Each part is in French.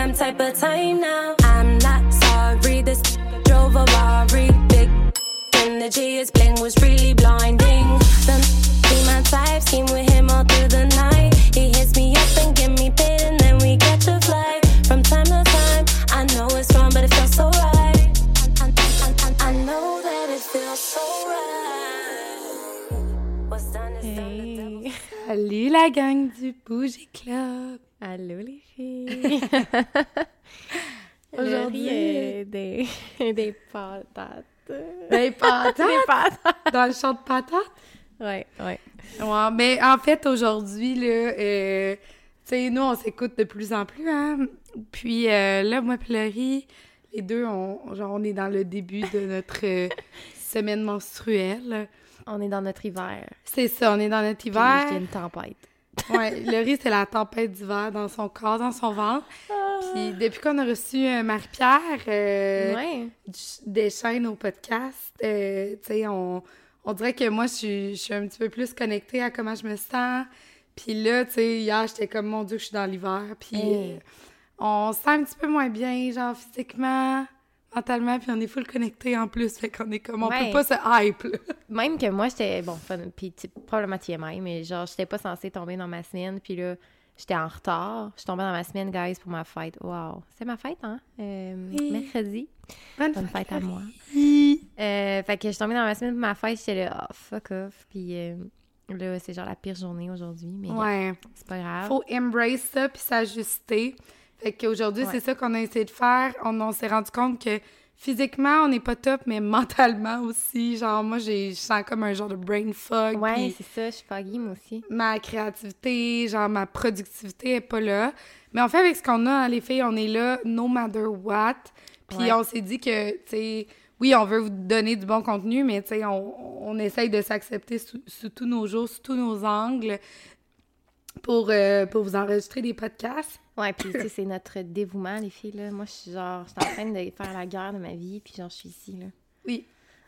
them type of time now. I'm not sorry, this drove a Rari. Big energy, his bling was really blinding. Them be my type, scheme with him all through the night. He hits me up and give me paid and then we catch a flight. From time to time, I know it's wrong but it feels so right. I know that it feels so right. What's done is done. Salut la gang du Bougie Club! Allô les filles! Aujourd'hui, des patates. Des patates? Des patates! Dans le champ de patates? Ouais. Ouais, mais en fait, aujourd'hui, là, tu sais, nous, on s'écoute de plus en plus, hein? Puis là, moi et Laurie, les deux, on est dans le début de notre semaine menstruelle. On est dans notre hiver. C'est ça, on est dans notre hiver. Puis il y a une tempête. Ouais, Laurie, c'est la tempête d'hiver dans son corps, dans son ventre. Puis depuis qu'on a reçu Marie-Pierre Deschaines au podcast, tu sais, on dirait que moi, je suis un petit peu plus connectée à comment je me sens. Puis là, tu sais, hier, j'étais comme, mon Dieu, je suis dans l'hiver. Puis on se sent un petit peu moins bien, genre physiquement, mentalement, puis on est full connecté en plus. Fait qu'on est comme, on peut pas se hype, là. Même que moi, j'étais, puis probablement TMI, mais genre, j'étais pas censée tomber dans ma semaine, puis là, j'étais en retard. Je suis tombée dans ma semaine, guys, pour ma fête. Wow! C'est ma fête, hein? Mercredi. Bonne fête à moi. Fait que je suis tombée dans ma semaine pour ma fête, j'étais là, fuck off. Puis là, c'est genre la pire journée aujourd'hui, mais c'est pas grave. Faut embrace ça puis s'ajuster. Fait qu'aujourd'hui, c'est ça qu'on a essayé de faire. On s'est rendu compte que physiquement, on n'est pas top, mais mentalement aussi. Genre, moi, je sens comme un genre de brain fog. Ouais, c'est ça, je suis foggy, moi aussi. Ma créativité, genre, ma productivité est pas là. Mais en fait, avec ce qu'on a, hein, les filles, on est là no matter what. Puis on s'est dit que, tu sais, oui, on veut vous donner du bon contenu, mais, tu sais, on essaye de s'accepter sous tous nos jours, sous tous nos angles pour vous enregistrer des podcasts. Ouais, puis tu sais, c'est notre dévouement, les filles, là. Moi, je suis en train de faire la guerre de ma vie, puis genre, je suis ici, là. Oui.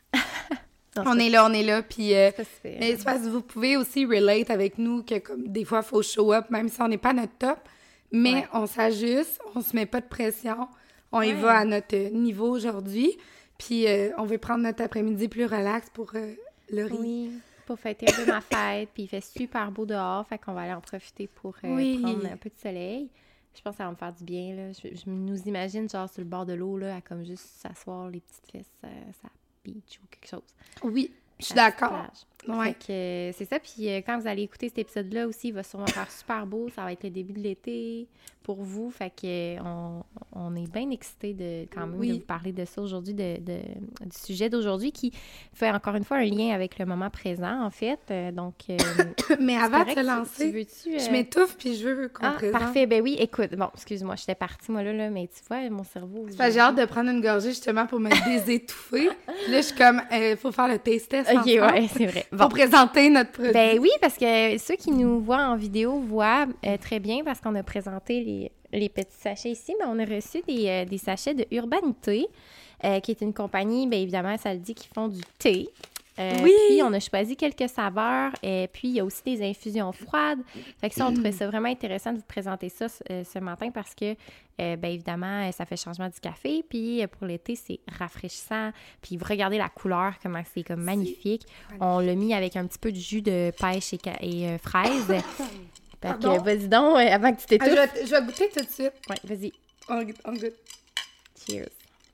On est là, puis... mais c'est parce que vous pouvez aussi relate avec nous que, comme, des fois, il faut show up, même si on n'est pas à notre top, mais on s'ajuste, on se met pas de pression, on y va à notre niveau aujourd'hui, puis on veut prendre notre après-midi plus relax pour Laurie. Oui, pour fêter un peu ma fête, puis il fait super beau dehors, fait qu'on va aller en profiter pour prendre un peu de soleil. Je pense que ça va me faire du bien, là. Je nous imagine, genre, sur le bord de l'eau, là, à comme juste s'asseoir les petites fesses à la beach ou quelque chose. Oui, je suis d'accord. Ouais. Fait que c'est ça. Puis quand vous allez écouter cet épisode-là aussi, il va sûrement faire super beau. Ça va être le début de l'été pour vous. Fait que on est bien excités de vous parler de ça aujourd'hui, du sujet d'aujourd'hui qui fait encore une fois un lien avec le moment présent, en fait. Donc, mais avant de te lancer, je m'étouffe puis je veux qu'on présente. Parfait. Ben oui, écoute. Bon, excuse-moi, j'étais partie, moi, là, mais tu vois, mon cerveau... J'ai hâte de prendre une gorgée, justement, pour me désétouffer. Là, je suis comme, faut faire le taste test ensemble. OK, ouais, c'est vrai. Pour présenter notre produit. Ben oui, parce que ceux qui nous voient en vidéo voient très bien parce qu'on a présenté les petits sachets ici, mais on a reçu des sachets de Urbanité, qui est une compagnie, bien évidemment, ça le dit, qui font du thé. Puis, on a choisi quelques saveurs. Puis, il y a aussi des infusions froides. Fait que ça, on trouvait ça vraiment intéressant de vous présenter ça ce matin parce que, bien évidemment, ça fait changement du café. Puis, pour l'été, c'est rafraîchissant. Puis, vous regardez la couleur, comment c'est comme magnifique. On l'a mis avec un petit peu de jus de pêche et fraises. Fait que, vas-y donc, avant que tu t'étouffes. Je vais goûter tout de suite. Ouais, vas-y. On goûte. Cheers.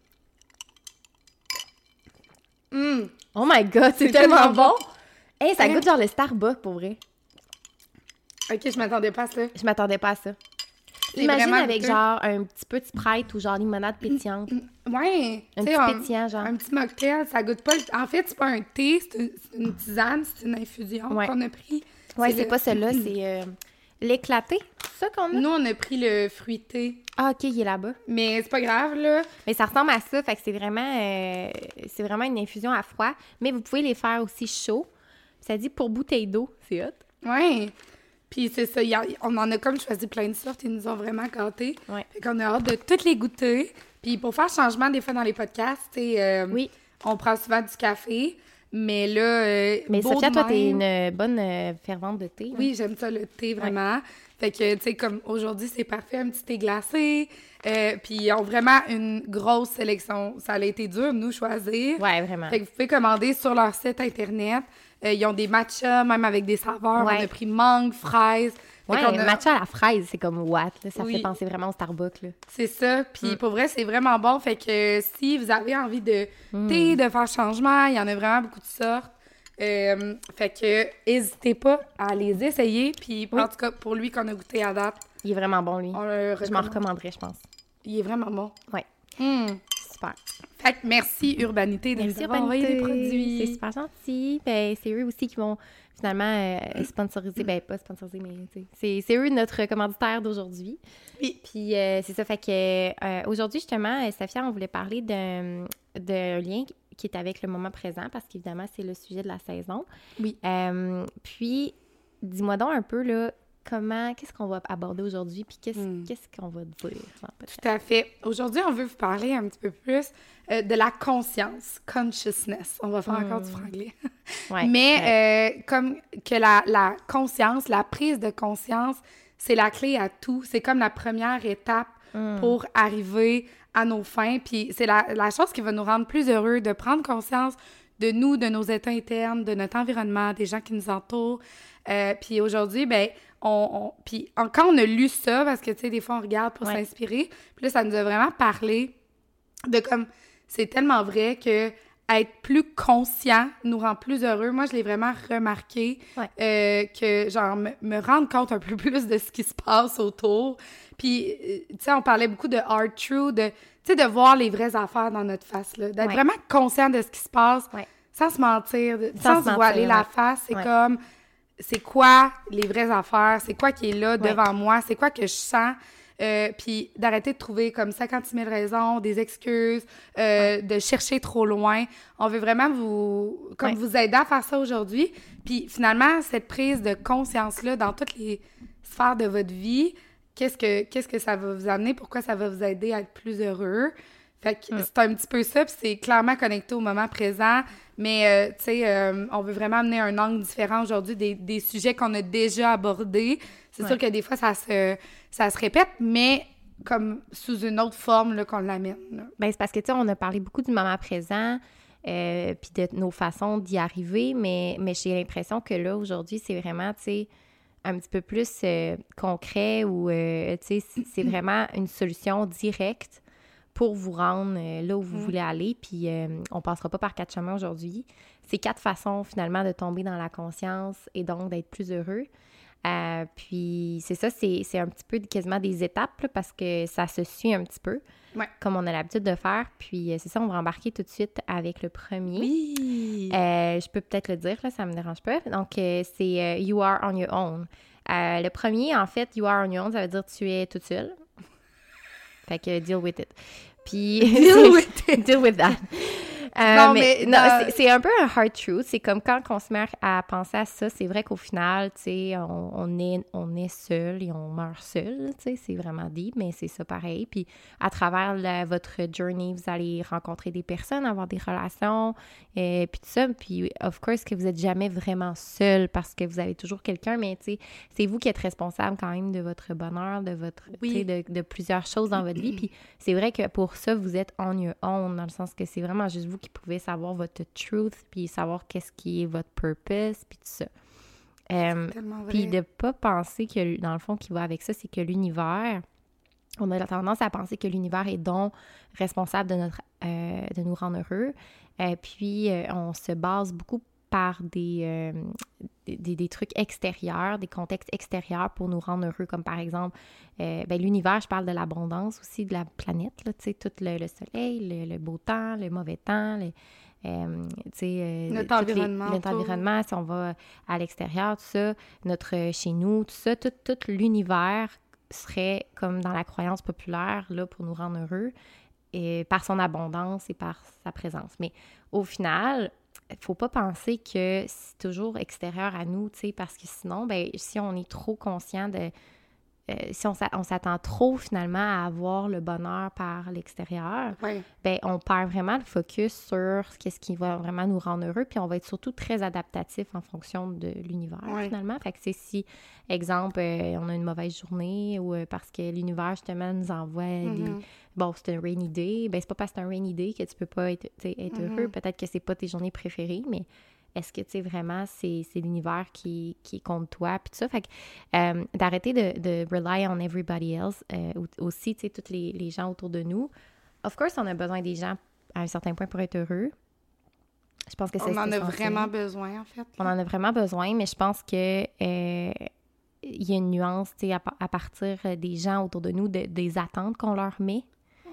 Oh my God, c'est tellement bon! Hey, ça goûte genre le Starbucks, pour vrai. OK, je m'attendais pas à ça. Je m'attendais pas à ça. Imagine avec genre un petit peu de Sprite ou genre limonade pétillante. Ouais. Un petit pétillant, genre. Un petit mocktail, ça goûte pas... En fait, c'est pas un thé, c'est une tisane, c'est une infusion qu'on a pris. Ouais, c'est pas celle-là, c'est l'éclaté. C'est ça qu'on a? Nous, on a pris le fruité. Ah, OK, il est là-bas. Mais c'est pas grave, là. Mais ça ressemble à ça, fait que c'est vraiment une infusion à froid. Mais vous pouvez les faire aussi chaud. Ça dit pour bouteille d'eau, c'est hot. Ouais. Puis c'est ça, on en a comme choisi plein de sortes, ils nous ont vraiment gâtés. Ouais. Fait qu'on a hâte de toutes les goûter. Puis pour faire changement, des fois dans les podcasts, on prend souvent du café. Mais là, mais Sophia, toi, t'es même. une bonne fervente de thé. Oui, j'aime ça, le thé, vraiment. Fait que, tu sais, comme aujourd'hui, c'est parfait, un petit thé glacé. Puis ils ont vraiment une grosse sélection. Ça a été dur de nous choisir. Ouais, vraiment. Fait que vous pouvez commander sur leur site Internet. Ils ont des matchas, même avec des saveurs. Ouais. On a pris mangue, fraise. Ouais, matcha à la fraise, c'est comme what, là. Ça Oui. fait penser vraiment au Starbucks, là. C'est ça. Puis pour vrai, c'est vraiment bon. Fait que si vous avez envie de thé, de faire changement, il y en a vraiment beaucoup de sortes. Fait que n'hésitez pas à les essayer. Puis en tout cas, pour lui qu'on a goûté à date, Il est vraiment bon, lui. Je m'en recommande. recommanderais, je pense. Il est vraiment bon. Ouais. Super. Fait que merci Urbanité de nous avoir envoyé des produits. C'est super gentil. Ben, c'est eux aussi qui vont finalement sponsoriser. Ben, pas sponsoriser, mais c'est eux notre commanditaire d'aujourd'hui. Oui. Puis c'est ça. Fait que aujourd'hui, justement, Sophia, on voulait parler d'un lien qui est avec le moment présent parce qu'évidemment, c'est le sujet de la saison. Oui. Puis, dis-moi donc un peu, là, qu'est-ce qu'on va aborder aujourd'hui, puis qu'est-ce qu'on va dire? Tout à fait. Aujourd'hui, on veut vous parler un petit peu plus de la conscience, consciousness. On va faire encore du franglais. Ouais, mais comme que la conscience, la prise de conscience, c'est la clé à tout. C'est comme la première étape pour arriver à nos fins. Puis c'est la chose qui va nous rendre plus heureux, de prendre conscience de nous, de nos états internes, de notre environnement, des gens qui nous entourent. Puis aujourd'hui, ben puis quand on a lu ça, parce que, tu sais, des fois, on regarde pour s'inspirer, puis là, ça nous a vraiment parlé de comme, c'est tellement vrai que être plus conscient nous rend plus heureux. Moi, je l'ai vraiment remarqué, que, genre, me rendre compte un peu plus de ce qui se passe autour. Puis, tu sais, on parlait beaucoup de hard truth, tu sais, de voir les vraies affaires dans notre face, là, d'être vraiment conscient de ce qui se passe, sans se mentir, sans se voiler la face. C'est comme... C'est quoi les vraies affaires? C'est quoi qui est là devant moi? C'est quoi que je sens? Puis d'arrêter de trouver comme 56 000 raisons, des excuses, de chercher trop loin. On veut vraiment vous aider à faire ça aujourd'hui. Puis finalement, cette prise de conscience-là dans toutes les sphères de votre vie, qu'est-ce que ça va vous amener? Pourquoi ça va vous aider à être plus heureux? Fait que c'est un petit peu ça, puis c'est clairement connecté au moment présent. Mais, tu sais, on veut vraiment amener un angle différent aujourd'hui des sujets qu'on a déjà abordés. C'est sûr que des fois, ça se répète, mais comme sous une autre forme là, qu'on l'amène. Là. Bien, c'est parce que, tu sais, on a parlé beaucoup du moment présent, puis de nos façons d'y arriver, mais j'ai l'impression que là, aujourd'hui, c'est vraiment, tu sais, un petit peu plus concret ou, tu sais, c'est vraiment une solution directe pour vous rendre là où vous voulez aller, puis on passera pas par 4 chemins aujourd'hui. C'est 4 façons, finalement, de tomber dans la conscience et donc d'être plus heureux. Puis c'est ça, c'est un petit peu quasiment des étapes, là, parce que ça se suit un petit peu, comme on a l'habitude de faire. Puis c'est ça, on va embarquer tout de suite avec le premier. Oui! Je peux peut-être le dire, là, ça me dérange pas. Donc, c'est « You are on your own ». Le premier, en fait, « You are on your own », ça veut dire « tu es toute seule ». Fait que deal with it. Puis deal with that. Non, mais c'est un peu un hard truth. C'est comme quand on se met à penser à ça, c'est vrai qu'au final, tu sais, on est seul et on meurt seul, tu sais, c'est vraiment deep, mais c'est ça pareil. Puis à travers votre journey, vous allez rencontrer des personnes, avoir des relations, puis tout ça. Puis of course que vous n'êtes jamais vraiment seul parce que vous avez toujours quelqu'un, mais tu sais, c'est vous qui êtes responsable quand même de votre bonheur, de votre, tu sais, de plusieurs choses dans votre vie. Puis c'est vrai que pour ça, vous êtes on your own, dans le sens que c'est vraiment juste vous qui pouvez savoir votre truth, puis savoir qu'est-ce qui est votre purpose, puis tout ça. Puis de pas penser que, dans le fond, qui va avec ça, c'est que l'univers, on a la tendance à penser que l'univers est donc responsable de nous rendre heureux. Puis on se base beaucoup par des trucs extérieurs, des contextes extérieurs pour nous rendre heureux, comme par exemple, l'univers, je parle de l'abondance aussi, de la planète, là, tu sais, tout le soleil, le beau temps, le mauvais temps, notre environnement, si on va à l'extérieur, tout ça, chez nous, tout ça, tout l'univers serait comme dans la croyance populaire, là, pour nous rendre heureux, et par son abondance et par sa présence. Mais au final, il ne faut pas penser que c'est toujours extérieur à nous, tu sais, parce que sinon, si on est trop conscient si on s'attend trop finalement à avoir le bonheur par l'extérieur, ben on perd vraiment le focus sur qu'est-ce qui va vraiment nous rendre heureux, puis on va être surtout très adaptatif en fonction de l'univers finalement. Fait que c'est si, exemple, on a une mauvaise journée ou parce que l'univers justement nous envoie bon, c'est un rainy day, ben c'est pas parce que c'est un rainy day que tu peux pas être heureux. Peut-être que c'est pas tes journées préférées, mais est-ce que, tu sais, vraiment, c'est l'univers qui compte toi, puis tout ça. Fait que d'arrêter de rely on everybody else, aussi, tu sais, tous les gens autour de nous. Of course, on a besoin des gens à un certain point pour être heureux. Je pense que c'est essentiel. On en a vraiment besoin, en fait. On en a vraiment besoin, mais je pense que il y a une nuance, tu sais, à partir des gens autour de nous, des attentes qu'on leur met.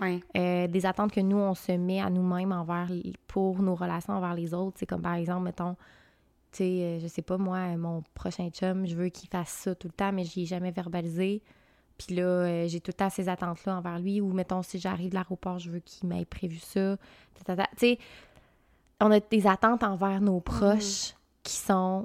Des attentes que nous, on se met à nous-mêmes pour nos relations envers les autres. C'est comme, par exemple, mettons, tu sais, je sais pas, moi, mon prochain chum, je veux qu'il fasse ça tout le temps, mais je l'ai jamais verbalisé. Puis là, j'ai tout le temps ces attentes-là envers lui. Ou, mettons, si j'arrive de l'aéroport, je veux qu'il m'ait prévu ça. Tu sais, on a des attentes envers nos proches qui sont...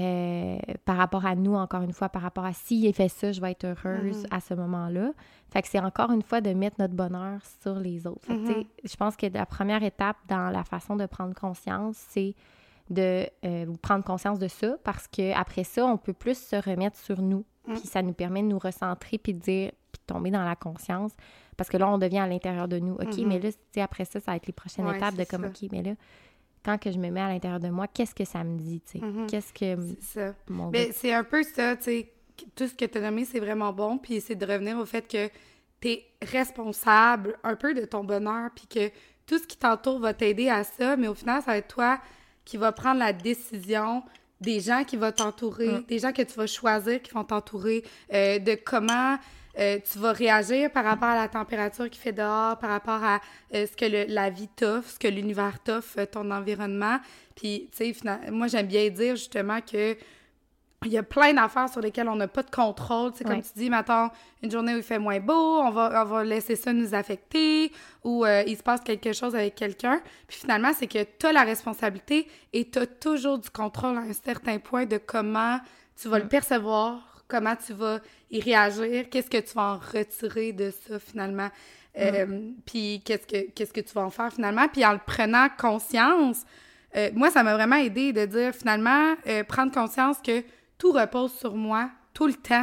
par rapport à nous, encore une fois, par rapport à s'il fait ça, je vais être heureuse à ce moment-là. Fait que c'est encore une fois de mettre notre bonheur sur les autres. Fait que, je pense que la première étape dans la façon de prendre conscience, c'est de prendre conscience de ça, parce qu'après ça, on peut plus se remettre sur nous. Puis ça nous permet de nous recentrer puis de dire, puis de tomber dans la conscience, parce que là, on devient à l'intérieur de nous. OK, mais là, tu sais, après ça, ça va être les prochaines étapes de comme, OK, mais là, quand que je me mets à l'intérieur de moi, qu'est-ce que ça me dit, tu sais? Qu'est-ce que... C'est ça. Mais c'est un peu ça, tu sais, tout ce que tu as nommé, c'est vraiment bon, puis c'est de revenir au fait que tu es responsable un peu de ton bonheur, puis que tout ce qui t'entoure va t'aider à ça, mais au final, ça va être toi qui va prendre la décision des gens qui vont t'entourer, des gens que tu vas choisir qui vont t'entourer, de comment... tu vas réagir par rapport à la température qu'il fait dehors, par rapport à ce que la vie t'offre, ce que l'univers t'offre, ton environnement. Puis, tu sais, moi, j'aime bien dire justement que il y a plein d'affaires sur lesquelles on n'a pas de contrôle. Tu sais, comme tu dis, mettons, une journée où il fait moins beau, on va laisser ça nous affecter, ou il se passe quelque chose avec quelqu'un. Puis finalement, c'est que tu as la responsabilité et tu as toujours du contrôle à un certain point de comment tu vas le percevoir, comment tu vas y réagir, qu'est-ce que tu vas en retirer de ça, finalement. Puis qu'est-ce que tu vas en faire, finalement. Puis en le prenant conscience, moi, ça m'a vraiment aidé de dire, finalement, prendre conscience que tout repose sur moi, tout le temps.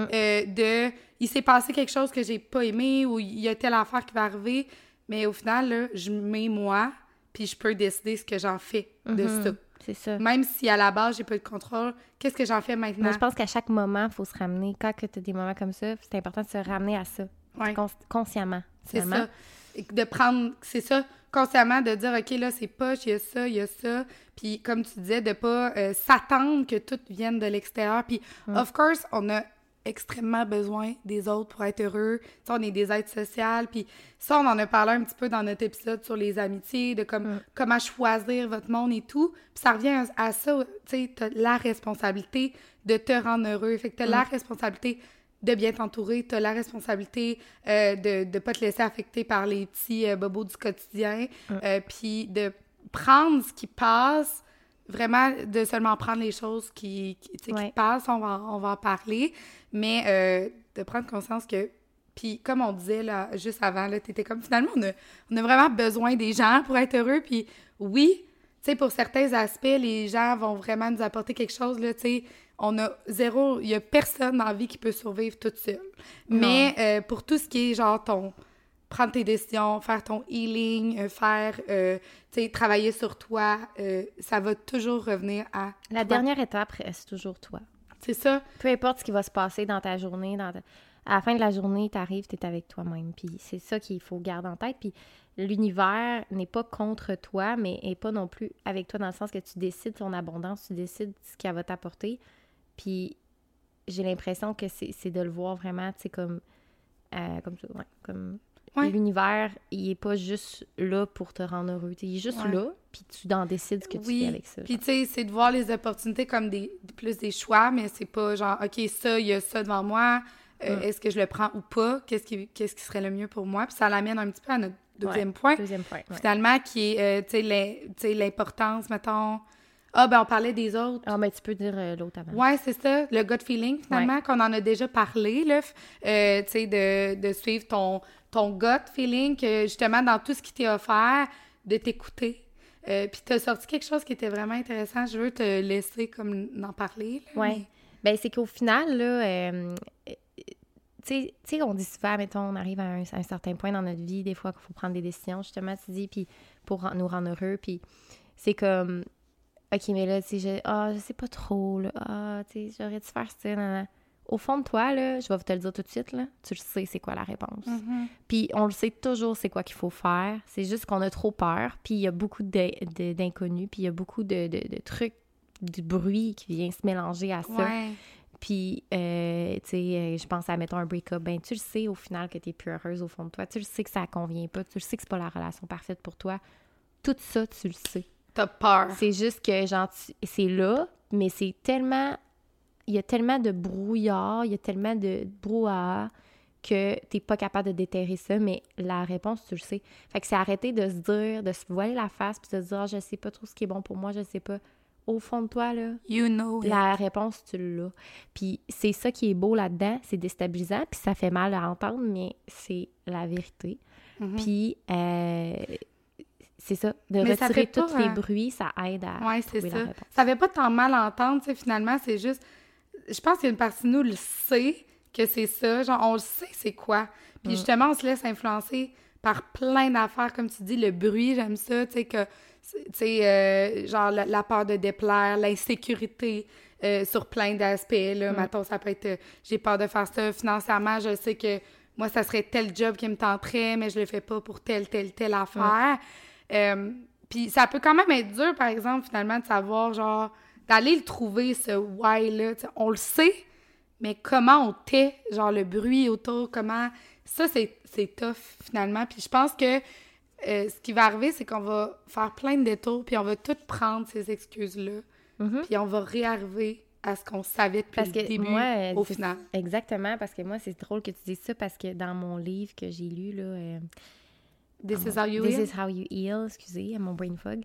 Il s'est passé quelque chose que j'ai pas aimé ou il y a telle affaire qui va arriver, mais au final, là, je mets moi, puis je peux décider ce que j'en fais de ça. C'est ça. Même si à la base, j'ai pas de contrôle, qu'est-ce que j'en fais maintenant? Moi, je pense qu'à chaque moment, il faut se ramener. Quand tu as des moments comme ça, c'est important de se ramener à ça. Consciemment. C'est ça. De prendre, c'est ça, consciemment, de dire, OK, là, c'est poche, il y a ça. Puis, comme tu disais, de pas s'attendre que tout vienne de l'extérieur. Puis, of course, on a extrêmement besoin des autres pour être heureux. Tu sais, on est des êtres sociales. Puis ça, on en a parlé un petit peu dans notre épisode sur les amitiés, de comment choisir votre monde et tout. Puis ça revient à ça, tu sais, t'as la responsabilité de te rendre heureux. Fait que t'as la responsabilité de bien t'entourer, t'as la responsabilité de pas te laisser affecter par les petits bobos du quotidien, puis de prendre ce qui passe, vraiment de seulement prendre les choses qui passent, on va en parler, mais de prendre conscience que, puis comme on disait là, juste avant, là, t'étais comme, finalement, on a vraiment besoin des gens pour être heureux, puis oui, tu sais, pour certains aspects, les gens vont vraiment nous apporter quelque chose, là, tu sais, on a zéro, il y a personne dans la vie qui peut survivre toute seule. Mais pour tout ce qui est genre prendre tes décisions, faire ton healing, tu sais, travailler sur toi, ça va toujours revenir à la dernière étape reste toujours toi. C'est ça. Peu importe ce qui va se passer dans ta journée, à la fin de la journée, t'arrives, t'es avec toi-même. Puis c'est ça qu'il faut garder en tête. Puis l'univers n'est pas contre toi, mais n'est pas non plus avec toi dans le sens que tu décides ton abondance, tu décides ce qu'elle va t'apporter. Puis j'ai l'impression que c'est de le voir vraiment, tu sais, comme ça, l'univers, il est pas juste là pour te rendre heureux. Il est juste là, puis tu en décides ce que tu fais avec ça. Puis tu sais, c'est de voir les opportunités comme plus des choix, mais c'est pas genre, OK, ça, il y a ça devant moi, est-ce que je le prends ou pas? Qu'est-ce qui serait le mieux pour moi? Puis ça l'amène un petit peu à notre deuxième point. Finalement, qui est, tu sais, l'importance, mettons... Ah, ben on parlait des autres. Ah, mais tu peux dire l'autre avant. Ouais, c'est ça, le gut feeling, finalement, qu'on en a déjà parlé, là. Tu sais, de suivre ton gut feeling, que justement, dans tout ce qui t'est offert, de t'écouter. Puis t'as sorti quelque chose qui était vraiment intéressant. Je veux te laisser comme en parler. Oui. Ben c'est qu'au final, là, tu sais, on dit souvent, mettons, on arrive à un certain point dans notre vie, des fois qu'il faut prendre des décisions, justement, tu dis, puis pour nous rendre heureux, puis c'est comme, OK, mais là, tu sais, je sais pas trop, là, tu sais, j'aurais dû faire ça, nan, nan. Au fond de toi, là, je vais te le dire tout de suite, là, tu le sais c'est quoi la réponse. Mm-hmm. Puis on le sait toujours c'est quoi qu'il faut faire, c'est juste qu'on a trop peur, puis il y a beaucoup d'inconnus, puis il y a beaucoup de trucs, du bruit qui vient se mélanger à ça. Ouais. Puis, tu sais, je pense à, mettons, un break-up, ben tu le sais au final que t'es plus heureuse au fond de toi, tu le sais que ça convient pas, tu le sais que c'est pas la relation parfaite pour toi. Tout ça, tu le sais. T'as peur. C'est juste que, genre, c'est là, mais c'est tellement... Il y a tellement de brouillard, il y a tellement de brouhaha que t'es pas capable de déterrer ça, mais la réponse, tu le sais. Fait que c'est arrêter de se dire, de se voiler la face, puis de se dire « je sais pas trop ce qui est bon pour moi, je sais pas ». Au fond de toi, là, you know it. La réponse, tu l'as. Puis c'est ça qui est beau là-dedans, c'est déstabilisant, puis ça fait mal à entendre, mais c'est la vérité. Mm-hmm. Puis c'est ça, de retirer tous les bruits, ça aide à trouver la réponse. Ça fait pas tant mal à entendre, tu sais, finalement, c'est juste... Je pense qu'il y a une partie de nous le sait que c'est ça, genre, on le sait c'est quoi. Puis justement, on se laisse influencer par plein d'affaires, comme tu dis, le bruit, j'aime ça, tu sais, que... Tu sais, genre la peur de déplaire, l'insécurité sur plein d'aspects, là. Mettons, ça peut être, j'ai peur de faire ça financièrement, je sais que moi, ça serait tel job qui me tenterait, mais je le fais pas pour telle affaire. Puis ça peut quand même être dur, par exemple, finalement, de savoir, genre, d'aller le trouver, ce « why » là. T'sais, on le sait, mais comment on tait, genre, le bruit autour, comment... Ça, c'est tough, finalement. Puis je pense que ce qui va arriver, c'est qu'on va faire plein de détours, puis on va tout prendre ces excuses-là, puis on va réarriver à ce qu'on savait depuis le début, au final. Exactement, parce que moi, c'est drôle que tu dises ça, parce que dans mon livre que j'ai lu, là... This is how you heal, excusez, mon brain fog.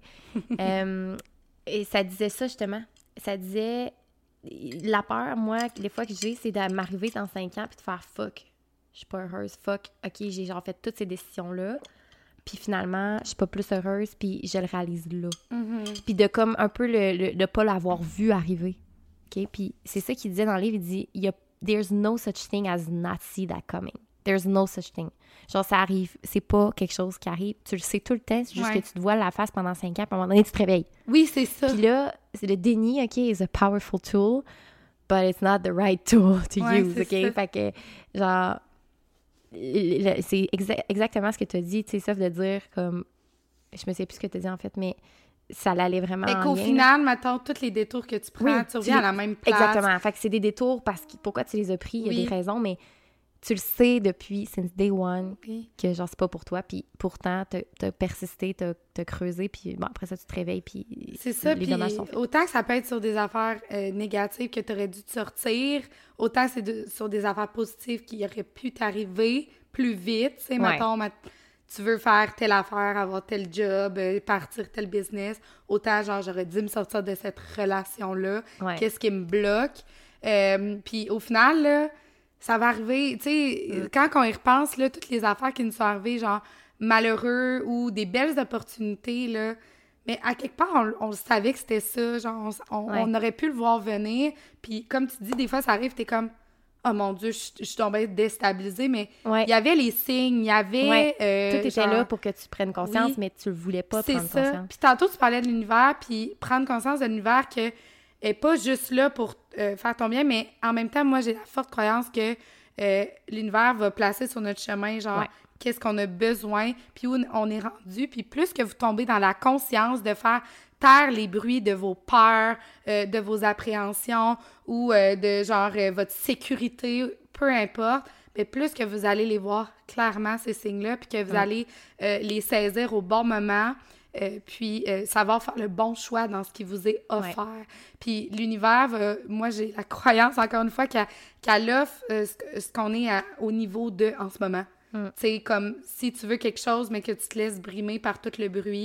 Et ça disait ça, justement. Ça disait... La peur, moi, les fois que j'ai, c'est de m'arriver dans 5 ans puis de faire « fuck, je suis pas heureuse, fuck, OK, j'ai genre fait toutes ces décisions-là. » Puis finalement, je suis pas plus heureuse, puis je le réalise là. Mm-hmm. Puis de comme un peu de pas l'avoir vu arriver. OK? Puis c'est ça qu'il disait dans le livre, il dit « There's no such thing as not see that coming. There's no such thing. » Genre, ça arrive, c'est pas quelque chose qui arrive. Tu le sais tout le temps, c'est juste que tu te vois la face pendant 5 ans, puis à un moment donné, tu te réveilles. Oui, c'est ça. Puis là, c'est le déni, OK, is a powerful tool, but it's not the right tool to use, OK? Ça. Fait que, genre... c'est exactement ce que tu as dit, tu sais, sauf de dire comme... Je me sais plus ce que tu as dit, en fait, mais ça l'allait vraiment en lien. Et qu'au final, mettons, tous les détours que tu prends, tu reviens à la même place. Exactement. Fait que c'est des détours parce que... Pourquoi tu les as pris? Il y a des raisons, mais tu le sais depuis, since day one, que genre, c'est pas pour toi. Puis pourtant, t'as persisté, t'as creusé, puis bon, après ça, tu te réveilles, puis c'est ça, les dommages sont faits. Autant que ça peut être sur des affaires négatives que t'aurais dû te sortir, autant c'est sur des affaires positives qui auraient pu t'arriver plus vite. Tu sais, mettons, tu veux faire telle affaire, avoir tel job, partir tel business. Autant, genre, j'aurais dû me sortir de cette relation-là. Qu'est-ce qui me bloque? Puis au final, là, ça va arriver, tu sais, quand on y repense, là, toutes les affaires qui nous sont arrivées, genre, malheureux ou des belles opportunités, là, mais à quelque part, on savait que c'était ça, genre, on aurait pu le voir venir, puis comme tu dis, des fois, ça arrive, t'es comme, oh mon Dieu, je suis tombée déstabilisée, mais il y avait les signes, il y avait... tout était genre, là pour que tu prennes conscience, mais tu le voulais pas prendre conscience. C'est ça, puis tantôt, tu parlais de l'univers, puis prendre conscience de l'univers que est pas juste là pour faire ton bien, mais en même temps, moi, j'ai la forte croyance que l'univers va placer sur notre chemin, genre, qu'est-ce qu'on a besoin, puis où on est rendu, puis plus que vous tombez dans la conscience de faire taire les bruits de vos peurs, de vos appréhensions, ou de, genre, votre sécurité, peu importe, mais plus que vous allez les voir clairement, ces signes-là, puis que vous allez les saisir au bon moment, puis savoir faire le bon choix dans ce qui vous est offert. Puis l'univers, moi j'ai la croyance encore une fois qu'elle offre ce qu'on est au niveau de en ce moment. Tu sais, comme si tu veux quelque chose mais que tu te laisses brimer par tout le bruit,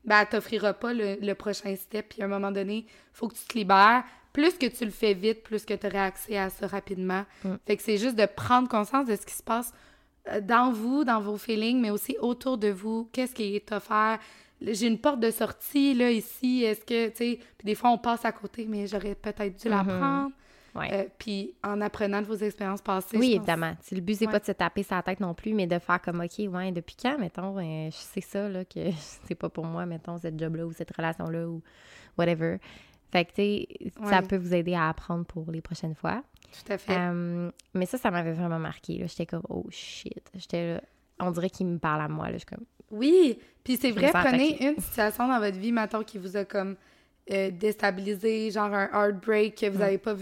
ben, elle t'offrira pas le prochain step. Puis à un moment donné, faut que tu te libères. Plus que tu le fais vite, plus que tu aurais accès à ça rapidement. Fait que c'est juste de prendre conscience de ce qui se passe dans vous, dans vos feelings, mais aussi autour de vous. Qu'est-ce qui est offert? J'ai une porte de sortie, là, ici. Est-ce que, tu sais... Puis des fois, on passe à côté, mais j'aurais peut-être dû la prendre. Ouais. Puis en apprenant de vos expériences passées, oui, je pense... évidemment. Le but, c'est pas de se taper sa tête non plus, mais de faire comme, OK, ouais, depuis quand, mettons, je sais ça, là, que c'est pas pour moi, mettons, cette job-là ou cette relation-là ou whatever. Fait que, tu sais, ça peut vous aider à apprendre pour les prochaines fois. Tout à fait. Mais ça m'avait vraiment marqué, là. J'étais comme, oh shit. J'étais là, on dirait qu'il me parle à moi, là. Je suis comme... Oui, puis c'est vrai, prenez une situation dans votre vie, mettons, qui vous a comme déstabilisé, genre un heartbreak que vous avez pas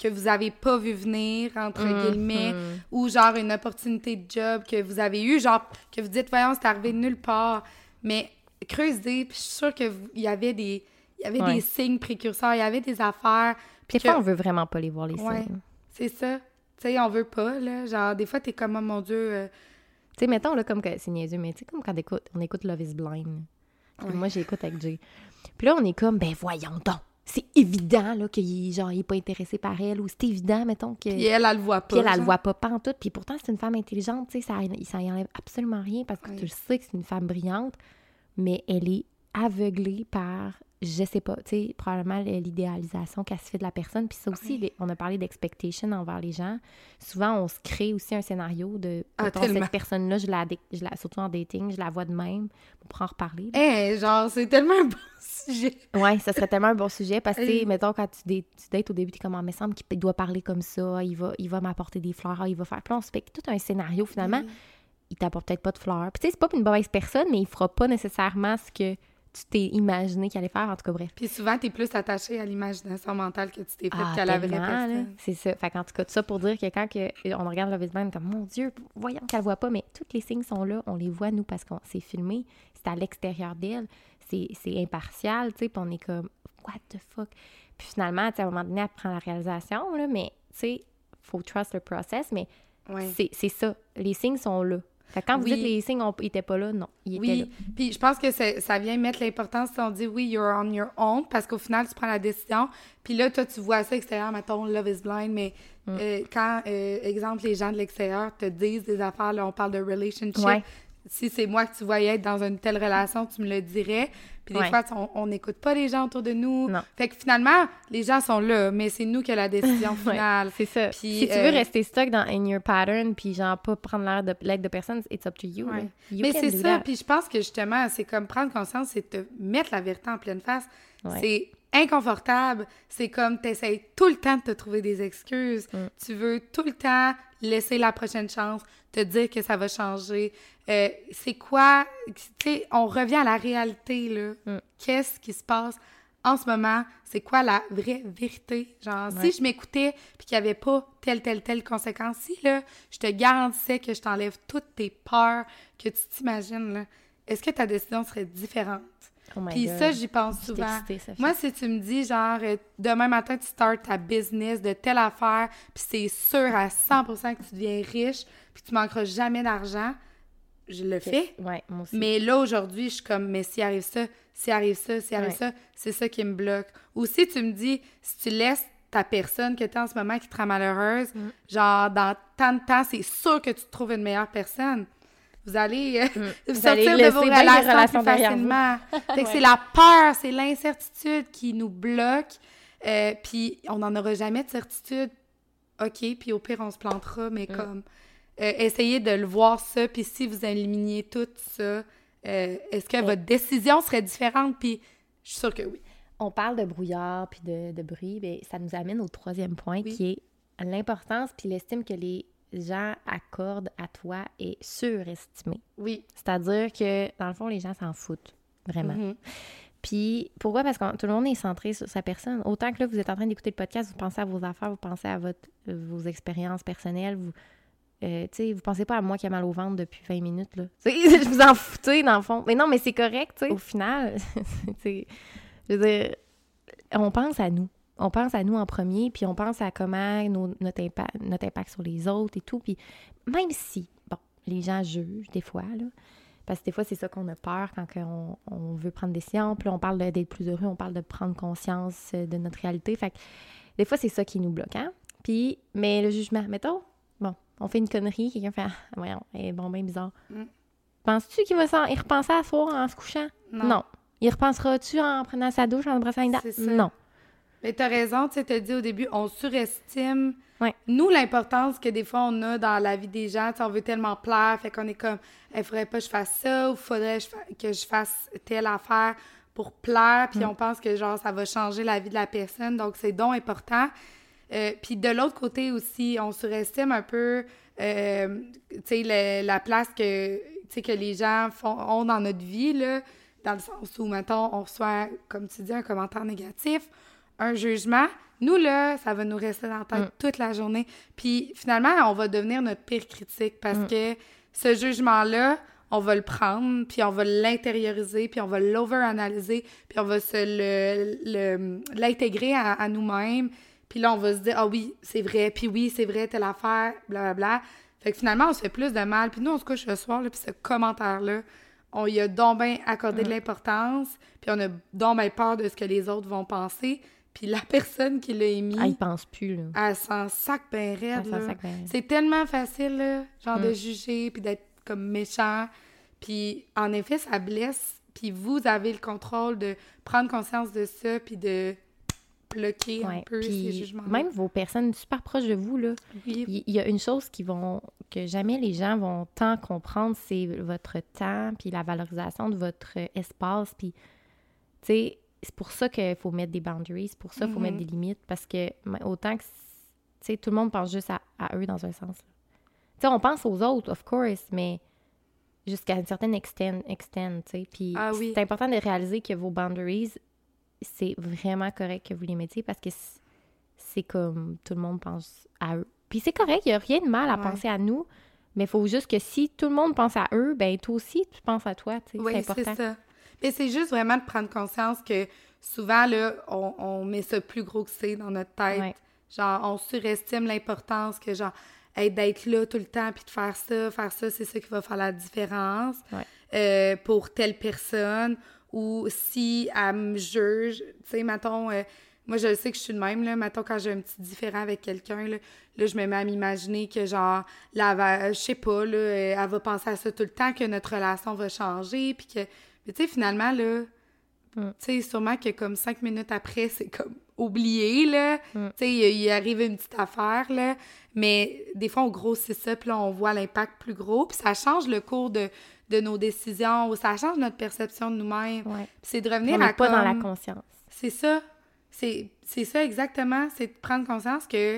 vu venir, entre guillemets, ou genre une opportunité de job que vous avez eue, genre que vous dites, voyons, c'est arrivé de nulle part. Mais creusez, puis je suis sûre qu'il y avait des signes précurseurs, il y avait des affaires. Des fois, on veut vraiment pas les voir, les signes. C'est ça. Tu sais, on veut pas, là. Genre, des fois, t'es comme, oh mon Dieu... Tu sais, mettons, là, comme que c'est niaiseux, mais tu sais, comme quand on écoute Love is Blind. Moi, j'écoute avec Jay. Puis là, on est comme, ben voyons donc. C'est évident, là, qu'il est pas intéressé par elle, ou c'est évident, mettons, que... Puis elle le voit pas. Puis elle le voit pas pantoute. Puis pourtant, c'est une femme intelligente, tu sais, ça y enlève absolument rien, parce que tu le sais que c'est une femme brillante, mais elle est aveuglée par... Je sais pas, tu sais, probablement l'idéalisation qu'elle se fait de la personne. Puis ça aussi, on a parlé d'expectation envers les gens. Souvent, on se crée aussi un scénario de cette personne-là, surtout en dating, je la vois de même. On pourra en reparler. Genre, c'est tellement un bon sujet. Ouais, ça serait tellement un bon sujet parce que, tu sais, mettons, quand tu dates au début, t'es comme, il me semble qu'il doit parler comme ça, il va m'apporter des fleurs, il va faire. Puis là, on se fait tout un scénario, finalement. Il t'apporte peut-être pas de fleurs. Puis tu sais, c'est pas une mauvaise personne, mais il fera pas nécessairement ce que tu t'es imaginé qu'il allait faire, en tout cas, bref. Puis souvent, t'es plus attaché à l'imagination mentale que tu t'es faite qu'à la vraie personne. Là, c'est ça. Fait qu'en tout cas, tout ça pour dire que quand on regarde Love is Blind, comme, mon Dieu, voyons qu'elle voit pas, mais tous les signes sont là, on les voit, nous, parce qu'on s'est filmé, c'est à l'extérieur d'elle, c'est impartial, tu sais, puis on est comme, what the fuck? Puis finalement, tu sais, à un moment donné, elle prend la réalisation, là, mais, tu sais, faut trust le process, mais c'est ça, les signes sont là. Fait que quand vous dites les signes n'étaient pas là, non, ils étaient là. Puis je pense que ça vient mettre l'importance si on dit oui, you're on your own, parce qu'au final, tu prends la décision. Puis là, toi, tu vois ça extérieur, mettons, Love is Blind, mais quand, exemple, les gens de l'extérieur te disent des affaires, là, on parle de relationship. Si c'est moi que tu voyais être dans une telle relation, tu me le dirais. Puis des fois, on n'écoute pas les gens autour de nous. Non. Fait que finalement, les gens sont là, mais c'est nous qui avons la décision finale. C'est ça. Puis, si tu veux rester stuck in your pattern, puis genre pas prendre l'aide de personne, it's up to you. Mais c'est ça. Puis je pense que justement, c'est comme prendre conscience, c'est te mettre la vérité en pleine face. C'est inconfortable. C'est comme t'essayes tout le temps de te trouver des excuses. Tu veux tout le temps laisser la prochaine chance, te dire que ça va changer. C'est quoi... Tu sais, on revient à la réalité, là. Qu'est-ce qui se passe en ce moment? C'est quoi la vraie vérité? Genre, si je m'écoutais puis qu'il n'y avait pas telle conséquence, si, là, je te garantissais que je t'enlève toutes tes peurs que tu t'imagines, là. Est-ce que ta décision serait différente? Puis ça, j'y pense souvent. Moi, si tu me dis, genre, demain matin, tu startes ta business de telle affaire, puis c'est sûr à 100% que tu deviens riche, puis tu manqueras jamais d'argent, je le fais. Ouais, moi aussi. Mais là, aujourd'hui, je suis comme, mais s'il arrive ça, c'est ça qui me bloque. Ou si tu me dis, si tu laisses ta personne que tu es en ce moment qui te rend malheureuse, genre, dans tant de temps, c'est sûr que tu te trouves une meilleure personne. Vous allez sortir de vos relations plus facilement. Fait que c'est la peur, c'est l'incertitude qui nous bloque. Puis on n'en aura jamais de certitude. OK, puis au pire, on se plantera, mais comme... essayez de le voir ça, puis si vous éliminiez tout ça, est-ce que votre décision serait différente? Puis je suis sûre que oui. On parle de brouillard puis de bruit, mais ça nous amène au troisième point, qui est l'importance puis l'estime que les gens accordent à toi est surestimée. Oui. C'est-à-dire que, dans le fond, les gens s'en foutent, vraiment. Puis, pourquoi? Parce que tout le monde est centré sur sa personne. Autant que là, vous êtes en train d'écouter le podcast, vous pensez à vos affaires, vous pensez à vos expériences personnelles, vous pensez pas à moi qui a mal au ventre depuis 20 minutes, là. Je vous en foutez, dans le fond. Mais non, mais c'est correct, tu sais. Au final, je veux dire, on pense à nous. On pense à nous en premier, puis on pense à comment notre impact sur les autres et tout. Puis même si, bon, les gens jugent des fois, là, Parce que des fois, c'est ça qu'on a peur quand on veut prendre des décisions. Puis là, on parle d'être plus heureux, on parle de prendre conscience de notre réalité. Fait que des fois, c'est ça qui nous bloque, hein? Puis, mais le jugement, mettons, bon, on fait une connerie, quelqu'un fait « Ah, voyons, elle est bon, bien bizarre. Penses-tu qu'il va y repenser à soir en se couchant? Non. Il repensera-tu en prenant sa douche, en se brossant les dents? Non. Mais t'as raison, tu sais, t'as dit au début, on surestime, nous, l'importance que des fois on a dans la vie des gens. Tu sais, on veut tellement plaire, fait qu'on est comme, il faudrait pas que je fasse ça, ou faudrait que je fasse telle affaire pour plaire, puis on pense que, genre, ça va changer la vie de la personne, donc c'est donc important. Puis de l'autre côté aussi, on surestime un peu, tu sais, la place que les gens ont dans notre vie, là, dans le sens où, mettons, on reçoit, comme tu dis, un commentaire négatif, un jugement. Nous, là, ça va nous rester dans la tête toute la journée. Puis finalement, on va devenir notre pire critique parce que ce jugement-là, on va le prendre, puis on va l'intérioriser, puis on va l'over-analyser, puis on va l'intégrer à nous-mêmes. Puis là, on va se dire « Ah oui, c'est vrai, puis oui, c'est vrai, telle affaire, blablabla. » Fait que finalement, on se fait plus de mal. Puis nous, on se couche le soir, là, puis ce commentaire-là, on y a donc bien accordé de l'importance, puis on a donc bien peur de ce que les autres vont penser. Puis la personne qui l'a émis... Elle pense plus, là. Elle s'en sac ben raide, là. C'est tellement facile, là, genre de juger, puis d'être comme méchant. Puis en effet, ça blesse. Puis vous avez le contrôle de prendre conscience de ça, puis de bloquer un peu ces jugements. Même vos personnes super proches de vous, là, il y a une chose que jamais les gens vont tant comprendre, c'est votre temps, puis la valorisation de votre espace. Puis, tu sais, c'est pour ça qu'il faut mettre des boundaries, c'est pour ça qu'il faut mettre des limites, parce que autant que, tu sais, tout le monde pense juste à eux dans un sens. Tu sais, on pense aux autres, of course, mais jusqu'à une certaine extent, tu sais. Puis c'est important de réaliser que vos boundaries, c'est vraiment correct que vous les mettiez parce que c'est comme tout le monde pense à eux. Puis c'est correct, il n'y a rien de mal à penser à nous, mais il faut juste que si tout le monde pense à eux, ben toi aussi, tu penses à toi, tu sais, c'est important. C'est ça. Mais c'est juste vraiment de prendre conscience que souvent, là, on met ça plus gros que c'est dans notre tête. Ouais. Genre, on surestime l'importance que, genre, d'être là tout le temps puis de faire ça, c'est ça qui va faire la différence pour telle personne. Ou si elle me juge, tu sais, mettons, moi, je sais que je suis de même, là, mettons, quand j'ai un petit différend avec quelqu'un, là, je me mets à m'imaginer que, genre, là, je sais pas, là, elle va penser à ça tout le temps, que notre relation va changer, puis que, mais tu sais, finalement, là, tu sais, sûrement que comme 5 minutes après, c'est comme oublié, là, tu sais, il arrive une petite affaire, là, mais des fois, on grossit ça, puis là, on voit l'impact plus gros, puis ça change le cours de nos décisions, ou ça change notre perception de nous-mêmes. Ouais. C'est de revenir à pas dans la conscience. C'est ça. C'est ça exactement. C'est de prendre conscience que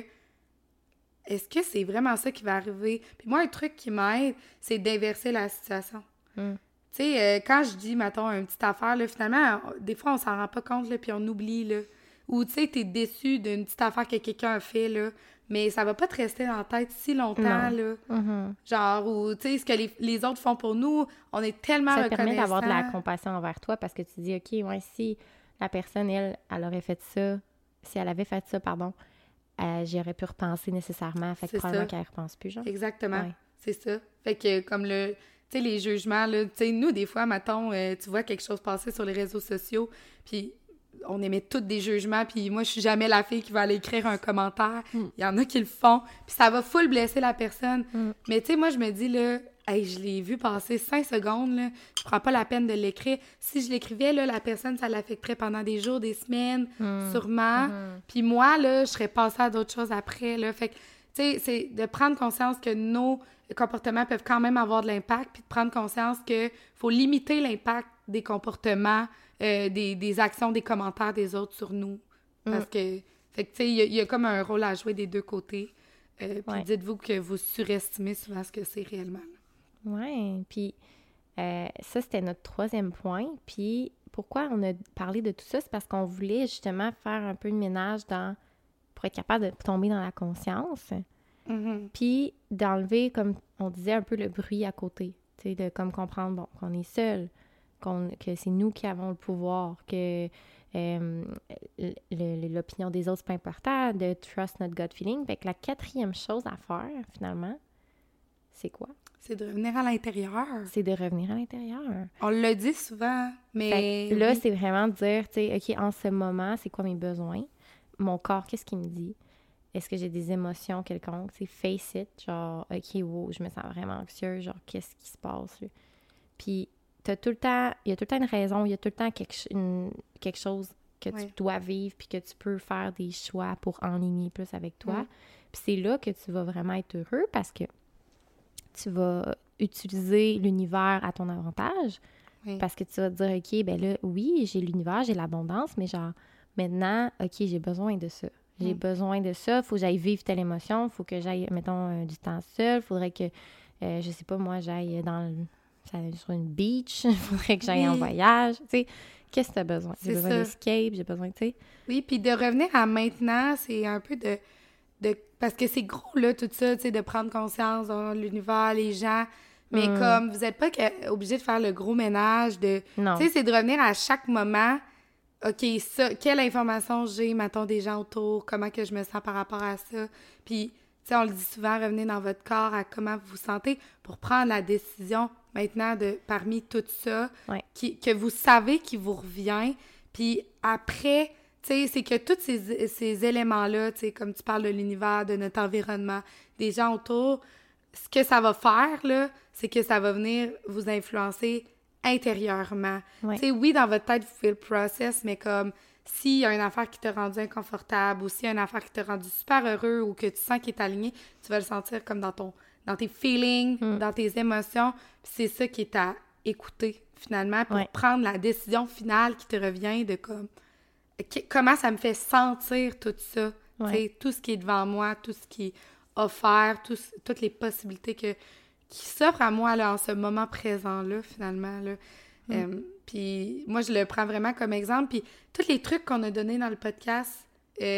est-ce que c'est vraiment ça qui va arriver? Puis moi, un truc qui m'aide, c'est d'inverser la situation. Tu sais, quand je dis, mettons, une petite affaire, là, finalement, des fois, on s'en rend pas compte, là, puis on oublie, là. Ou, tu sais, t'es déçu d'une petite affaire que quelqu'un a fait, là, mais ça va pas te rester dans la tête si longtemps, là. Genre, ou, tu sais, ce que les autres font pour nous, on est tellement reconnaissants. Ça te permet d'avoir de la compassion envers toi, parce que tu dis, OK, ouais, si la personne, elle aurait fait ça, si elle avait fait ça, j'aurais pu repenser nécessairement, fait que probablement qu'elle ne repense plus, genre. Exactement, c'est ça. Fait que, comme tu sais, les jugements, là, tu sais, nous, des fois, mettons, tu vois quelque chose passer sur les réseaux sociaux, puis on émet toutes des jugements, puis moi, je suis jamais la fille qui va aller écrire un commentaire. Il y en a qui le font, puis ça va full blesser la personne. Mais tu sais, moi, je me dis, là, hey, je l'ai vu passer 5 secondes, là, je prends pas la peine de l'écrire. Si je l'écrivais, là, la personne, ça l'affecterait pendant des jours, des semaines, sûrement. Puis moi, là, je serais passée à d'autres choses après, là. Fait que, tu sais, c'est de prendre conscience que nos comportements peuvent quand même avoir de l'impact, puis de prendre conscience qu'il faut limiter l'impact des comportements, des actions, des commentaires des autres sur nous. Parce que, fait que, tu sais, il y a comme un rôle à jouer des deux côtés. Puis dites-vous que vous surestimez souvent ce que c'est réellement. Oui, puis ça, c'était notre 3e point. Puis pourquoi on a parlé de tout ça? C'est parce qu'on voulait justement faire un peu de ménage pour être capable de tomber dans la conscience. Puis d'enlever, comme on disait, un peu le bruit à côté. Tu sais, de comme comprendre, bon, qu'on est seul, que c'est nous qui avons le pouvoir, que l'opinion des autres, c'est pas important, de trust notre gut feeling. Fait que la 4e chose à faire, finalement, c'est quoi? C'est de revenir à l'intérieur. C'est de revenir à l'intérieur. On le dit souvent, mais... Fait que là, c'est vraiment de dire, tu sais, OK, en ce moment, c'est quoi mes besoins? Mon corps, qu'est-ce qu'il me dit? Est-ce que j'ai des émotions quelconques? Tu sais, face it, genre, OK, wow, je me sens vraiment anxieuse, genre, qu'est-ce qui se passe? Là? Puis, il y a tout le temps une raison, il y a tout le temps quelque chose que tu dois vivre, puis que tu peux faire des choix pour enligner plus avec toi. Puis c'est là que tu vas vraiment être heureux, parce que tu vas utiliser l'univers à ton avantage, parce que tu vas te dire, OK, ben là, oui, j'ai l'univers, j'ai l'abondance, mais genre, maintenant, OK, j'ai besoin de ça. J'ai besoin de ça, il faut que j'aille vivre telle émotion, il faut que j'aille, mettons, du temps seul, il faudrait que, je sais pas, moi, j'aille sur une beach, il faudrait que j'aille en voyage, tu sais. Qu'est-ce que tu as besoin? J'ai besoin d'escape, j'ai besoin, tu sais. Oui, puis de revenir à maintenant, c'est un peu de parce que c'est gros, là, tout ça, tu sais, de prendre conscience de l'univers, les gens, mais comme vous n'êtes pas obligé de faire le gros ménage, tu sais, c'est de revenir à chaque moment, OK, ça, quelle information j'ai, mettons, des gens autour, comment que je me sens par rapport à ça, puis, tu sais, on le dit souvent, revenez dans votre corps à comment vous vous sentez pour prendre la décision maintenant parmi tout ça, que vous savez qui vous revient, puis après... Tu sais, c'est que tous ces éléments-là, tu sais, comme tu parles de l'univers, de notre environnement, des gens autour, ce que ça va faire, là, c'est que ça va venir vous influencer intérieurement. Tu sais, oui, dans votre tête, vous faites le process, mais comme s'il y a une affaire qui t'a rendu inconfortable ou s'il y a une affaire qui t'a rendu super heureux ou que tu sens qu'il est aligné, tu vas le sentir comme dans tes feelings, dans tes émotions. Puis c'est ça qui est à écouter, finalement, pour prendre la décision finale qui te revient de comme... comment ça me fait sentir tout ça, tout ce qui est devant moi, tout ce qui est offert, toutes les possibilités qui s'offrent à moi là, en ce moment présent-là, finalement. Là. Puis moi, je le prends vraiment comme exemple. Puis tous les trucs qu'on a donnés dans le podcast,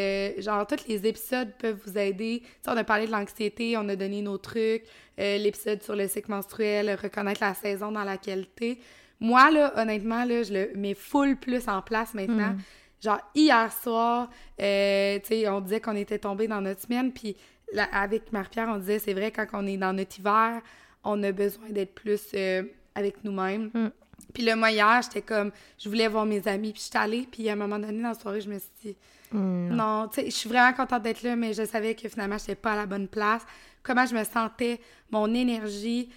genre tous les épisodes peuvent vous aider. T'sais, on a parlé de l'anxiété, on a donné nos trucs, l'épisode sur le cycle menstruel, reconnaître la saison dans laquelle t'es. Moi, là, honnêtement, là, je le mets full plus en place maintenant. Genre, hier soir, tu sais, on disait qu'on était tombé dans notre semaine, puis avec Marie-Pierre, on disait, c'est vrai, quand on est dans notre hiver, on a besoin d'être plus avec nous-mêmes. Puis là, moi, hier, j'étais comme, je voulais voir mes amis, puis j'étais allée, puis à un moment donné, dans la soirée, je me suis dit, non, tu sais, je suis vraiment contente d'être là, mais je savais que finalement, j'étais pas à la bonne place. Comment je me sentais, mon énergie,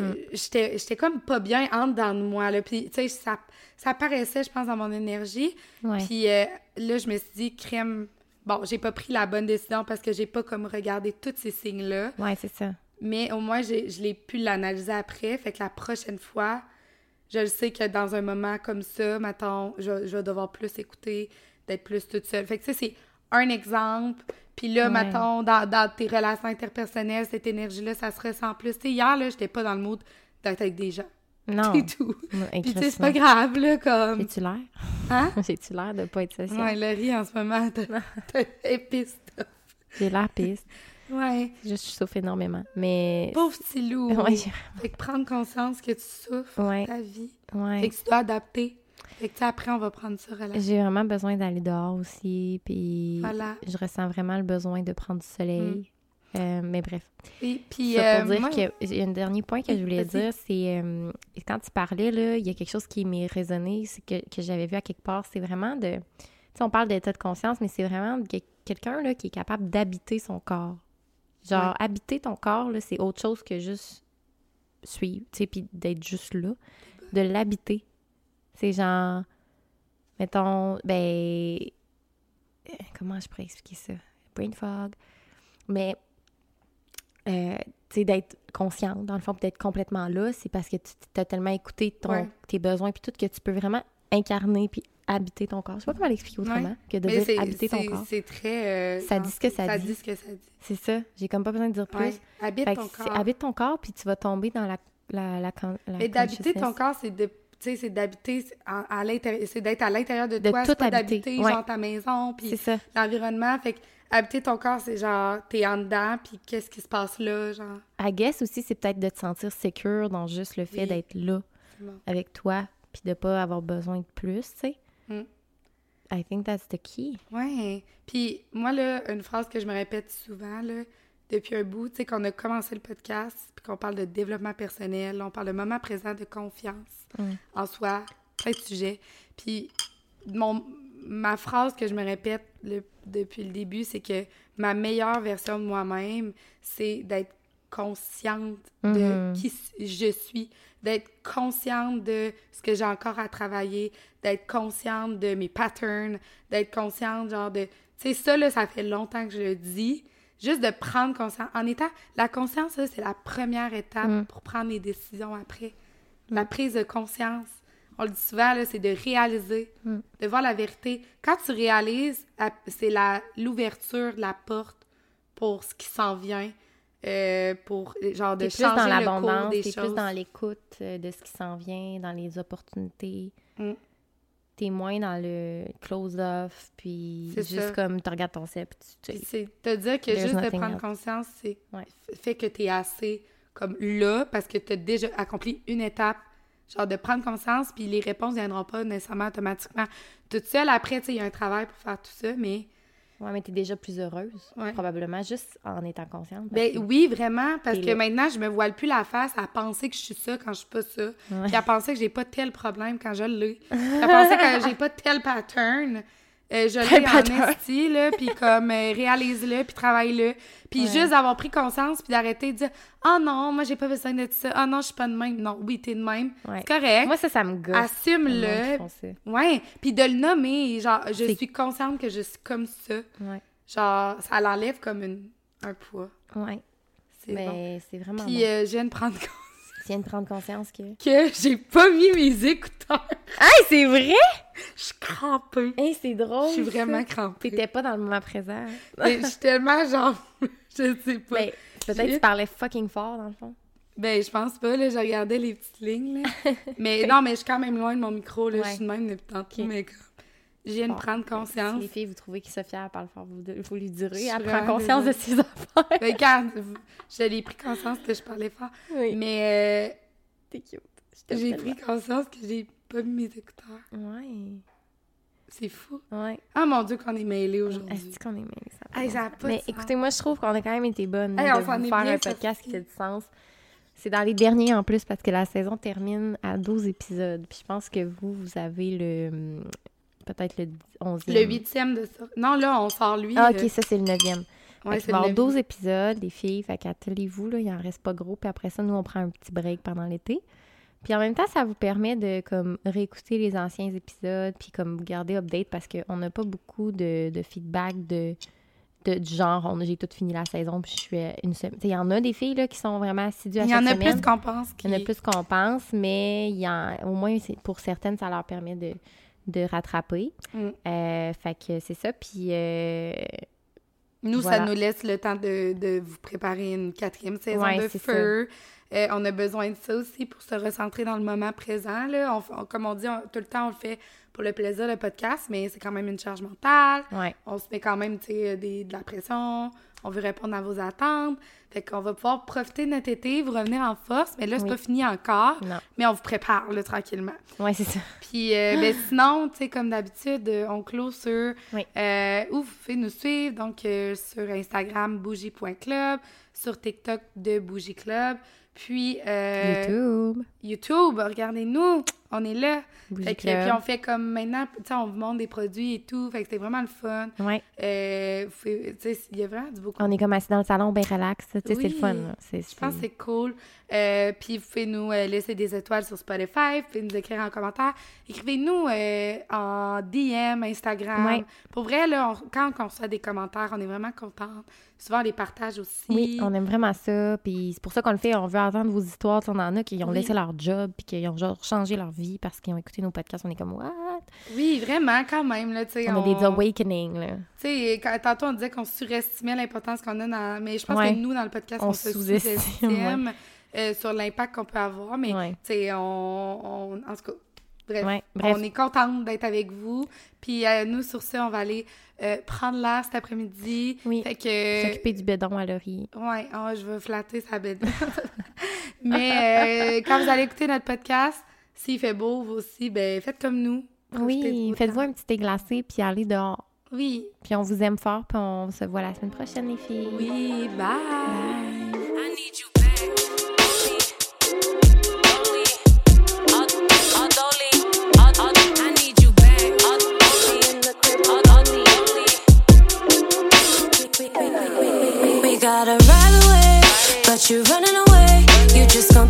j'étais comme pas bien en dedans de moi, là. Puis, tu sais, ça paraissait, je pense, dans mon énergie. Puis là, je me suis dit, crème, bon, j'ai pas pris la bonne décision parce que j'ai pas comme regardé tous ces signes-là. Ouais, c'est ça. Mais au moins, je l'ai pu l'analyser après. Fait que la prochaine fois, je le sais que dans un moment comme ça, mettons, je vais devoir plus écouter, d'être plus toute seule. Fait que, tu sais, c'est un exemple. Puis là, mettons, dans tes relations interpersonnelles, cette énergie-là, ça se ressent plus. Tu sais, hier, là, j'étais pas dans le mood d'être avec des gens. Non. C'est tout. Puis tu sais, c'est pas grave, là, comme... J'ai-tu l'air? Hein? J'ai-tu l'air de pas être sociale? Ouais, Laurie, en ce moment, t'es piste. J'ai l'air piste. Ouais. Juste, je souffre énormément, mais... Pauvre petit loup. Ouais. Fait que prendre conscience que tu souffres ta vie. Ouais. Fait que tu dois adapter. Fait que, tu sais, après, on va prendre ça relax. J'ai vraiment besoin d'aller dehors aussi, puis voilà. Je ressens vraiment le besoin de prendre du soleil. Mais bref. Et puis, ça pour dire qu'il y a un dernier point que je voulais dire, c'est quand tu parlais, là, il y a quelque chose qui m'est résonné, c'est que j'avais vu à quelque part, c'est vraiment de... Tu sais, on parle d'état de conscience, mais c'est vraiment quelqu'un là, qui est capable d'habiter son corps. Genre, habiter ton corps, là, c'est autre chose que juste suivre, tu sais, puis d'être juste là. De l'habiter. C'est genre, mettons, ben... comment je pourrais expliquer ça? Brain fog. Mais, tu sais, d'être consciente, dans le fond, d'être complètement là, c'est parce que tu as tellement écouté tes besoins, puis tout, que tu peux vraiment incarner, puis habiter ton corps. Je sais pas comment l'expliquer autrement que de dire habiter ton corps. C'est très... ça dit ce que ça dit. Ça dit ce que ça dit. C'est ça. J'ai comme pas besoin de dire plus. Ouais. Habite ton corps. Habite ton corps, puis tu vas tomber dans la Mais d'habiter ton corps, c'est de... Tu sais, c'est d'habiter à l'intérieur, c'est d'être à l'intérieur de toi, c'est pas d'habiter, genre, ta maison, puis l'environnement. Fait que habiter ton corps, c'est genre, t'es en dedans, puis qu'est-ce qui se passe là, genre. I guess aussi, c'est peut-être de te sentir secure dans juste le fait d'être là, avec toi, puis de pas avoir besoin de plus, tu sais. I think that's the key. Ouais. Puis moi, là, une phrase que je me répète souvent, là, depuis un bout, tu sais, qu'on a commencé le podcast, puis qu'on parle de développement personnel, on parle de moment présent, de confiance en soi, plein de sujets. Puis ma phrase que je me répète depuis le début, c'est que ma meilleure version de moi-même, c'est d'être consciente de qui je suis, d'être consciente de ce que j'ai encore à travailler, d'être consciente de mes patterns, d'être consciente, genre de... Tu sais, ça, là, ça fait longtemps que je le dis. Juste de prendre conscience. En étant... La conscience, là, c'est la première étape pour prendre les décisions après. La prise de conscience. On le dit souvent, là, c'est de réaliser, de voir la vérité. Quand tu réalises, c'est l'ouverture de la porte pour ce qui s'en vient, pour, genre, de changer le cours des choses. T'es plus dans l'écoute de ce qui s'en vient, dans les opportunités. T'es moins dans le close-off, puis c'est juste ça. Comme tu regardes ton set, puis tu... C'est te dire que juste de prendre conscience, c'est fait que t'es assez comme là, parce que t'as déjà accompli une étape, genre de prendre conscience, puis les réponses viendront pas nécessairement automatiquement. Toute seule, après, tu sais, il y a un travail pour faire tout ça, mais... Ouais, mais t'es déjà plus heureuse, probablement, juste en étant consciente. Ben oui, vraiment, parce que maintenant, je me voile plus la face à penser que je suis ça quand je suis pas ça, puis à penser que j'ai pas tel problème quand je l'ai, à penser que j'ai pas tel pattern, je l'ai en esti, là, puis comme réalise-le, puis travaille-le, puis juste d'avoir pris conscience, puis d'arrêter de dire « Oh non, moi j'ai pas besoin de ça, oh non, je suis pas de même. » Non, oui, t'es de même, c'est correct. Moi, ça me gosse. Assume-le. Ouais, puis de le nommer, genre, je suis consciente que je suis comme ça. Ouais. Genre, ça l'enlève comme un poids. Ouais. C'est bon. C'est vraiment puis, je viens de prendre conscience. Tu viens de prendre conscience que j'ai pas mis mes écouteurs. Hey, c'est vrai? Je suis crampée. Hey, c'est drôle. Je suis vraiment crampée. T'étais pas dans le moment présent. Je suis tellement genre... je sais pas. Ben, peut-être que tu parlais fucking fort, dans le fond. Ben, je pense pas, là. Je regardais les petites lignes, là. Mais non, mais je suis quand même loin de mon micro, là. Je suis de même depuis tantôt, mais comme... Je viens de prendre conscience. Si les filles, vous trouvez que Sophia parle fort, vous lui direz. Elle prend conscience de ses affaires. Regarde, je l'ai pris conscience que je parlais fort. Oui. Mais... T'es cute. J'ai pris conscience que j'ai pas mis mes écouteurs. Ouais. C'est fou. Ouais. Ah mon Dieu, qu'on est mêlés aujourd'hui. Est-ce qu'on est mêlés, ça? Hey, ça a pas mais écoutez, moi, je trouve qu'on a quand même été bonnes de vous faire un podcast qui fait du sens. C'est dans les derniers en plus, parce que la saison termine à 12 épisodes. Puis je pense que vous avez peut-être le 11e. Le 8e de ça. Non, là, on sort lui. Ah, OK, ça, c'est le 9e. Ouais, il va y avoir 12 épisodes, les filles. Fait qu'attelez-vous, là, il en reste pas gros. Puis après ça, nous, on prend un petit break pendant l'été. Puis en même temps, ça vous permet de comme réécouter les anciens épisodes puis comme vous garder update parce qu'on n'a pas beaucoup de feedback du genre j'ai tout fini la saison puis je suis une semaine. Il y en a des filles là, qui sont vraiment assidues à chaque semaine. Il y en a plus qu'on pense. Il y en a plus qu'on pense, mais au moins pour certaines, ça leur permet de rattraper. Fait que c'est ça. Puis nous, voilà. Ça nous laisse le temps de vous préparer une 4e saison de Feu. On a besoin de ça aussi pour se recentrer dans le moment présent. Là. Comme on dit, tout le temps, on le fait pour le plaisir, le podcast, mais c'est quand même une charge mentale. Ouais. On se met quand même de la pression. On veut répondre à vos attentes. Fait qu'on va pouvoir profiter de notre été, vous revenir en force. Mais là, c'est pas fini encore. Non. Mais on vous prépare, là, tranquillement. Oui, c'est ça. Puis, sinon, tu sais, comme d'habitude, on clôt sur où vous pouvez nous suivre. Donc, sur Instagram, bougie.club. Sur TikTok, de Bougie Club. Puis, YouTube, regardez-nous, on est là. Puis on fait comme maintenant, tu sais, on vous montre des produits et tout, fait que c'était vraiment le fun. Ouais. Tu sais, il y a vraiment du beau contenu. On est comme assis dans le salon, bien relax, tu sais, c'est le fun. Je pense que c'est cool. Puis vous pouvez nous laisser des étoiles sur Spotify, vous pouvez nous écrire en commentaire. Écrivez-nous en DM, Instagram. Ouais. Pour vrai, là, quand on reçoit des commentaires, on est vraiment contente. Souvent, on les partage aussi. Oui, on aime vraiment ça. Puis c'est pour ça qu'on le fait. On veut entendre vos histoires. On en a qui ont laissé leur job puis qui ont genre changé leur vie parce qu'ils ont écouté nos podcasts. On est comme, what? Oui, vraiment, quand même. Là, on a des awakenings. Tu sais, tantôt, on disait qu'on surestimait l'importance qu'on a dans... Mais je pense que nous, dans le podcast, on se sous-estime sur l'impact qu'on peut avoir. Mais, tu sais, en tout cas... Bref, on est contente d'être avec vous. Puis nous, sur ça, on va aller prendre l'air cet après-midi. Oui, fait que... s'occuper du bédon à Laurie. Oui, je vais flatter sa bédon. Mais quand vous allez écouter notre podcast, s'il fait beau, vous aussi, ben faites comme nous. Oui, faites-vous un petit thé glacé puis allez dehors. Oui. Puis on vous aime fort, puis on se voit la semaine prochaine, les filles. Oui, bye! I need you back. I need you back. We gotta ride away, but you're running away. You just